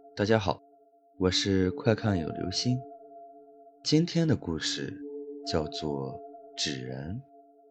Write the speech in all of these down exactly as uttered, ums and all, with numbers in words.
大家好，我是快看有流星。今天的故事叫做纸人。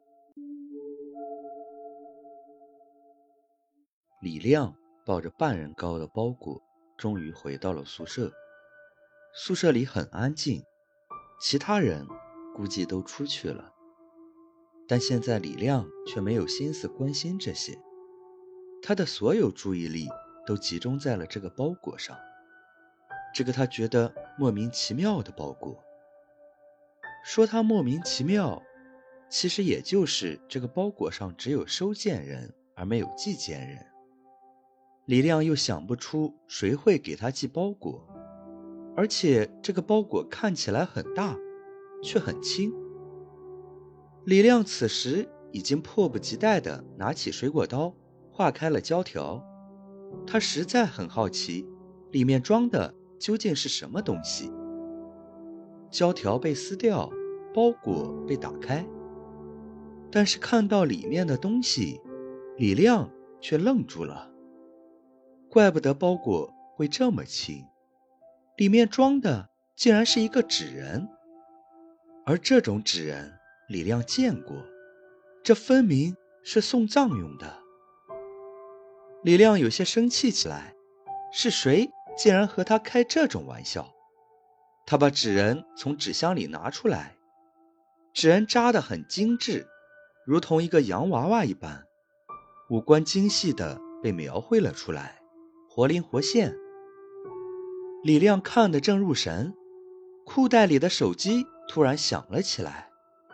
李亮抱着半人高的包裹，终于回到了宿舍。宿舍里很安静，其他人估计都出去了。但现在李亮却没有心思关心这些，他的所有注意力都集中在了这个包裹上，这个他觉得莫名其妙的包裹。说它莫名其妙，其实也就是这个包裹上只有收件人，而没有寄件人。李亮又想不出谁会给他寄包裹，而且这个包裹看起来很大，却很轻。李亮此时已经迫不及待地拿起水果刀，划开了胶条。他实在很好奇，里面装的究竟是什么东西。胶条被撕掉，包裹被打开，但是看到里面的东西，李亮却愣住了。怪不得包裹会这么轻，里面装的竟然是一个纸人。而这种纸人李亮见过，这分明是送葬用的。李亮有些生气起来，是谁竟然和他开这种玩笑？他把纸人从纸箱里拿出来，纸人扎得很精致，如同一个洋娃娃一般，五官精细地被描绘了出来，活灵活现。李亮看得正入神，裤袋里的手机突然响了起来。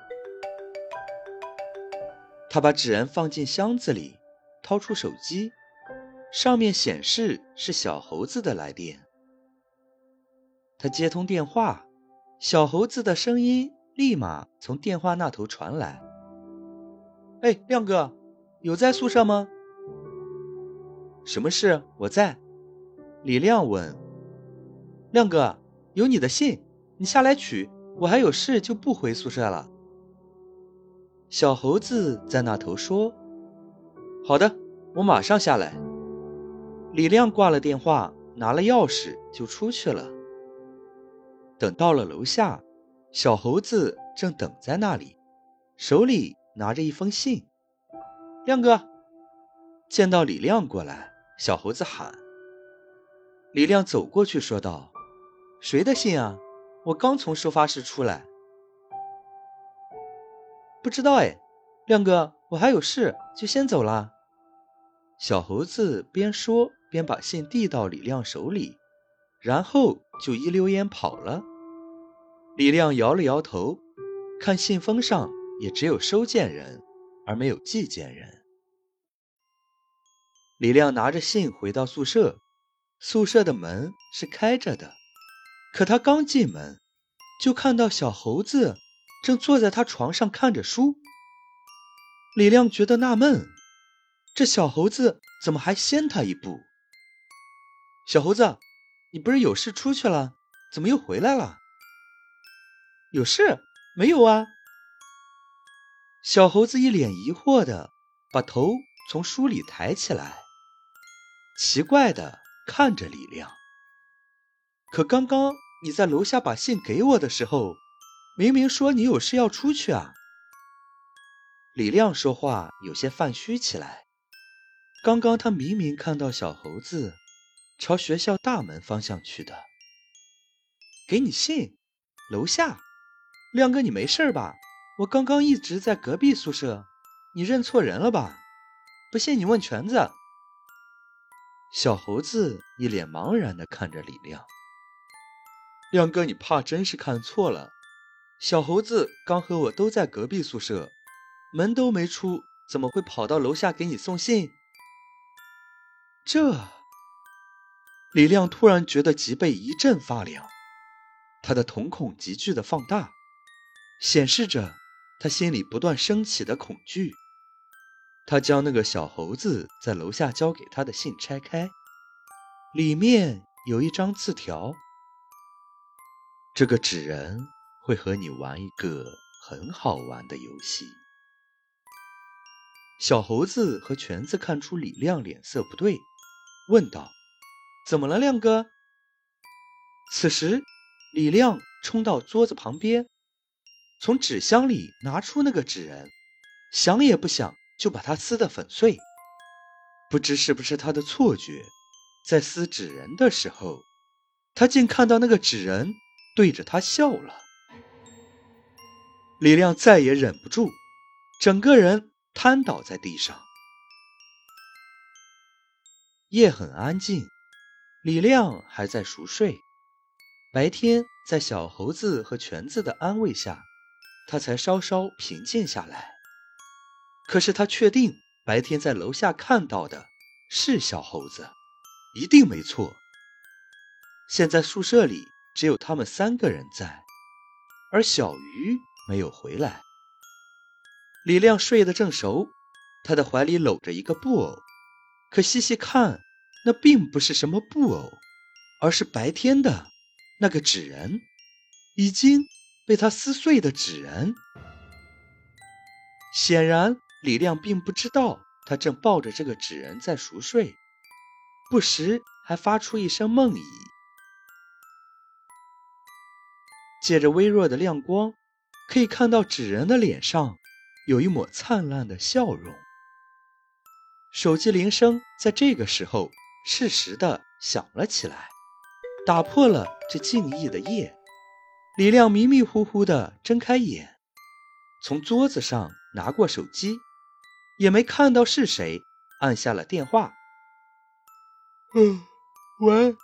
他把纸人放进箱子里，掏出手机，上面显示是小猴子的来电。他接通电话，小猴子的声音立马从电话那头传来。哎，亮哥，有在宿舍吗？什么事？我在。李亮问。亮哥，有你的信，你下来取，我还有事就不回宿舍了。小猴子在那头说。好的，我马上下来。李亮挂了电话，拿了钥匙就出去了。等到了楼下，小猴子正等在那里，手里拿着一封信。亮哥！见到李亮过来，小猴子喊。李亮走过去说道：谁的信啊？我刚从收发室出来。不知道哎，亮哥，我还有事，就先走了。小猴子边说边把信递到李亮手里，然后就一溜烟跑了。李亮摇了摇头，看信封上也只有收件人，而没有寄件人。李亮拿着信回到宿舍，宿舍的门是开着的，可他刚进门，就看到小猴子正坐在他床上看着书。李亮觉得纳闷，这小猴子怎么还先他一步？小猴子，你不是有事出去了，怎么又回来了？有事？没有啊。小猴子一脸疑惑地把头从书里抬起来，奇怪地看着李亮。可刚刚你在楼下把信给我的时候，明明说你有事要出去啊。李亮说话有些犯虚起来，刚刚他明明看到小猴子朝学校大门方向去的。给你信？楼下？亮哥，你没事吧？我刚刚一直在隔壁宿舍，你认错人了吧？不信你问全子。小猴子一脸茫然地看着李亮。亮哥，你怕真是看错了，小猴子刚和我都在隔壁宿舍，门都没出，怎么会跑到楼下给你送信？这……李亮突然觉得脊背一阵发凉，他的瞳孔急剧地放大，显示着他心里不断升起的恐惧。他将那个小猴子在楼下交给他的信拆开，里面有一张字条。这个纸人会和你玩一个很好玩的游戏。小猴子和全子看出李亮脸色不对，问道：怎么了，亮哥？ 此时，李亮冲到桌子旁边，从纸箱里拿出那个纸人，想也不想就把它撕得粉碎。不知是不是他的错觉，在撕纸人的时候，他竟看到那个纸人对着他笑了。李亮再也忍不住，整个人瘫倒在地上。夜很安静，李亮还在熟睡。白天在小猴子和全子的安慰下，他才稍稍平静下来。可是他确定白天在楼下看到的是小猴子，一定没错。现在宿舍里只有他们三个人在，而小鱼没有回来。李亮睡得正熟，他的怀里搂着一个布偶，可细细看，那并不是什么布偶，而是白天的那个纸人，已经被他撕碎的纸人。显然李亮并不知道他正抱着这个纸人在熟睡，不时还发出一声梦呓。借着微弱的亮光，可以看到纸人的脸上有一抹灿烂的笑容。手机铃声在这个时候适时地响了起来，打破了这静谧的夜。李亮迷迷糊糊地睁开眼，从桌子上拿过手机，也没看到是谁，按下了电话。嗯，喂。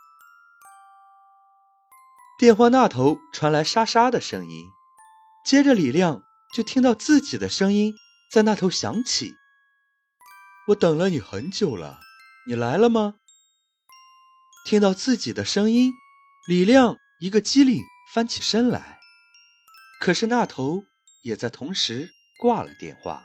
电话那头传来沙沙的声音，接着李亮就听到自己的声音在那头响起。我等了你很久了，你来了吗？听到自己的声音，李亮一个机灵翻起身来，可是那头也在同时挂了电话。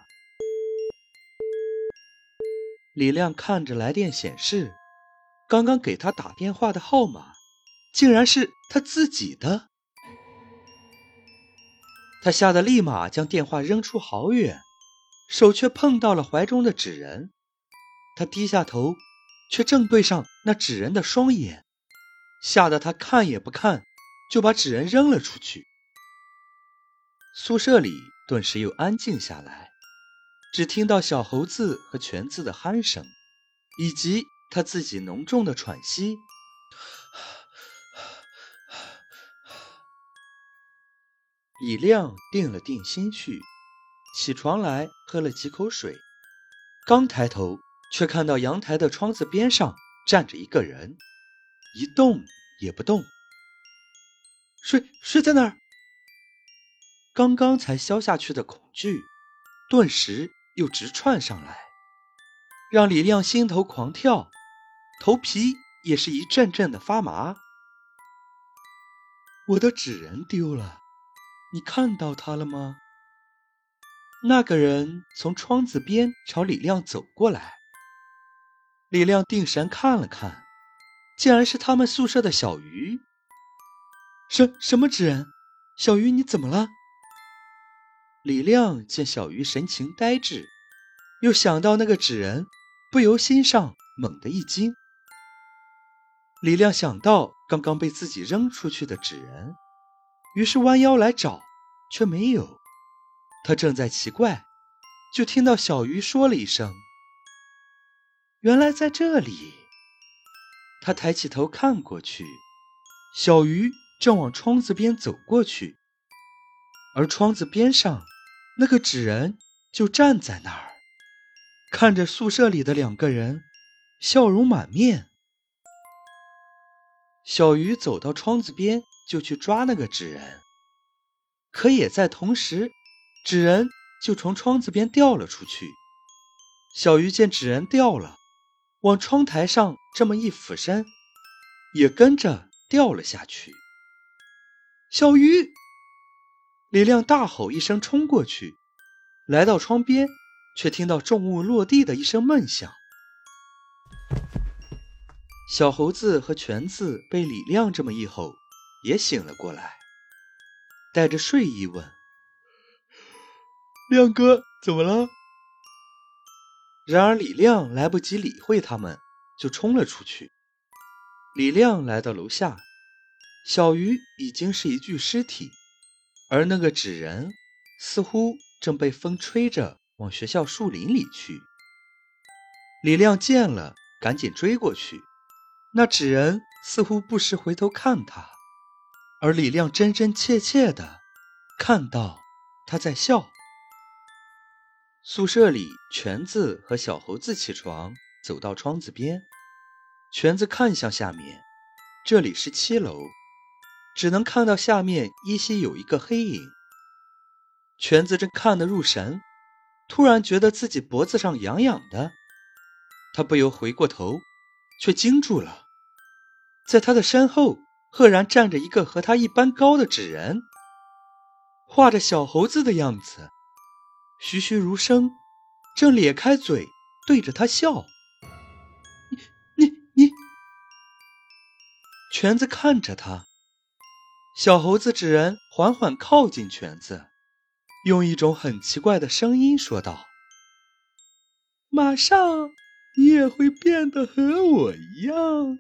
李亮看着来电显示，刚刚给他打电话的号码竟然是他自己的。他吓得立马将电话扔出好远，手却碰到了怀中的纸人。他低下头，却正对上那纸人的双眼，吓得他看也不看，就把纸人扔了出去。宿舍里顿时又安静下来，只听到小猴子和全子的鼾声，以及他自己浓重的喘息。李亮定了定心绪，起床来喝了几口水，刚抬头却看到阳台的窗子边上站着一个人，一动也不动。睡睡在那儿。刚刚才消下去的恐惧顿时又直窜上来，让李亮心头狂跳，头皮也是一阵阵的发麻。我的纸人丢了，你看到他了吗？那个人从窗子边朝李亮走过来。李亮定神看了看，竟然是他们宿舍的小鱼。什什么纸人？小鱼你怎么了？李亮见小鱼神情呆滞，又想到那个纸人，不由心上猛地一惊。李亮想到刚刚被自己扔出去的纸人，于是弯腰来找，却没有。他正在奇怪，就听到小鱼说了一声：原来在这里。他抬起头看过去，小鱼正往窗子边走过去，而窗子边上那个纸人就站在那儿，看着宿舍里的两个人，笑容满面。小鱼走到窗子边就去抓那个纸人，可也在同时，纸人就从窗子边掉了出去。小鱼见纸人掉了，往窗台上这么一俯身，也跟着掉了下去。小鱼！李亮大吼一声冲过去，来到窗边，却听到重物落地的一声闷响。小猴子和全子被李亮这么一吼，也醒了过来，带着睡意问：亮哥怎么了？然而李亮来不及理会他们，就冲了出去。李亮来到楼下， 小鱼已经是一具尸体，而那个纸人似乎正被风吹着往学校树林里去。李亮见了，赶紧追过去。那纸人似乎不时回头看他，而李亮真真切切地看到他在笑。宿舍里，全子和小猴子起床，走到窗子边。全子看向下面，这里是七楼，只能看到下面依稀有一个黑影。全子正看得入神，突然觉得自己脖子上痒痒的，他不由回过头，却惊住了。在他的身后，赫然站着一个和他一般高的纸人，画着小猴子的样子，栩栩如生，正咧开嘴对着他笑。你你你！全子看着他，小猴子纸人缓缓靠近全子，用一种很奇怪的声音说道：马上你也会变得和我一样。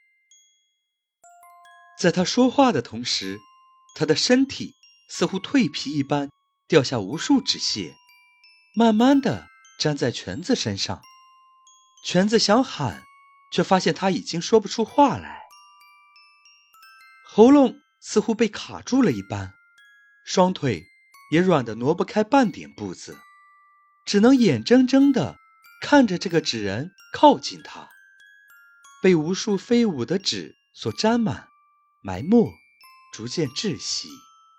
在他说话的同时，他的身体似乎蜕皮一般，掉下无数纸屑，慢慢地粘在全子身上。全子想喊，却发现他已经说不出话来，喉咙似乎被卡住了一般，双腿也软得挪不开半点步子，只能眼睁睁地看着这个纸人靠近他，被无数飞舞的纸所沾满，埋没，逐渐窒息。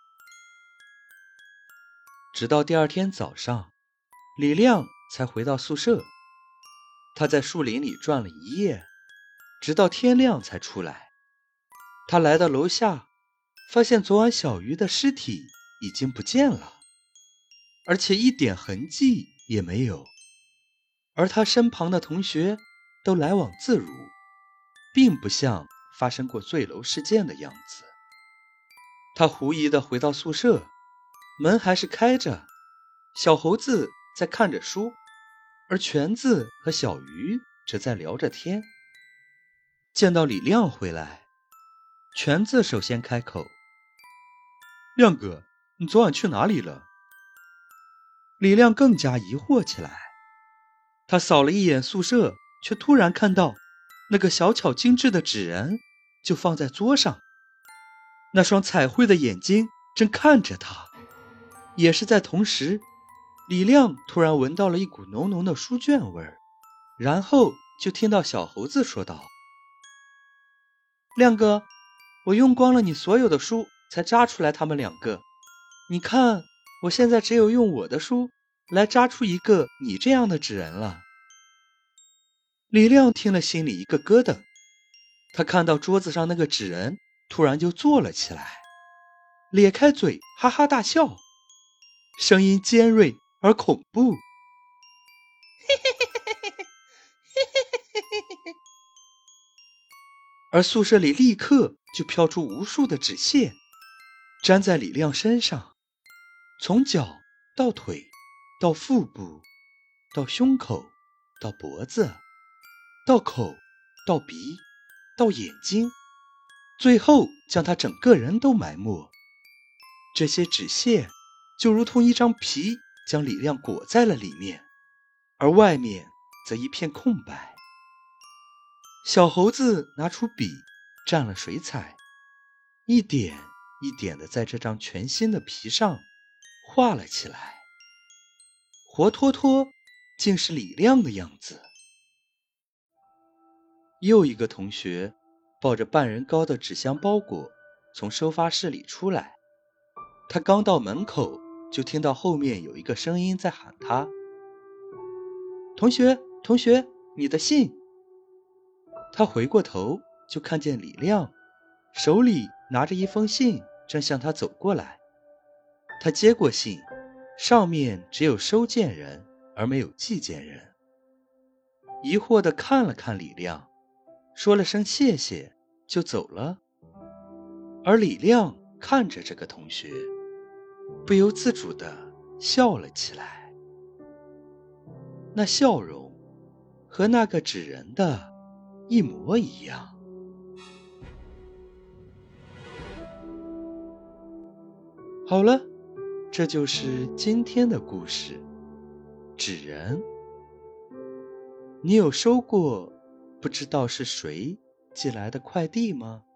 直到第二天早上，李亮才回到宿舍。他在树林里转了一夜，直到天亮才出来。他来到楼下，发现昨晚小鱼的尸体已经不见了，而且一点痕迹也没有。而他身旁的同学都来往自如，并不像发生过坠楼事件的样子。他狐疑地回到宿舍，门还是开着，小猴子在看着书，而全子和小鱼则在聊着天。见到李亮回来，全子首先开口：亮哥，你昨晚去哪里了？李亮更加疑惑起来，他扫了一眼宿舍，却突然看到那个小巧精致的纸人就放在桌上，那双彩绘的眼睛正看着他。也是在同时，李亮突然闻到了一股浓浓的书卷味儿，然后就听到小猴子说道：亮哥，我用光了你所有的书才扎出来他们两个，你看我现在只有用我的书来扎出一个你这样的纸人了。李亮听了心里一个咯噔，他看到桌子上那个纸人突然就坐了起来，咧开嘴哈哈大笑，声音尖锐而恐怖。而宿舍里立刻就飘出无数的纸屑，粘在李亮身上，从脚到腿到腹部到胸口到脖子到口到鼻到眼睛，最后将他整个人都埋没。这些纸屑就如同一张皮，将李亮裹在了里面，而外面则一片空白。小猴子拿出笔蘸了水彩，一点一点地在这张全新的皮上画了起来，活脱脱竟是李亮的样子。又一个同学抱着半人高的纸箱包裹从收发室里出来，他刚到门口，就听到后面有一个声音在喊他：同学同学，你的信。他回过头就看见李亮手里拿着一封信正向他走过来。他接过信，上面只有收件人而没有寄件人，疑惑地看了看李亮，说了声谢谢就走了。而李亮看着这个同学，不由自主地笑了起来，那笑容和那个纸人的一模一样。 好了，这就是今天的故事。纸人，你有收过不知道是谁寄来的快递吗？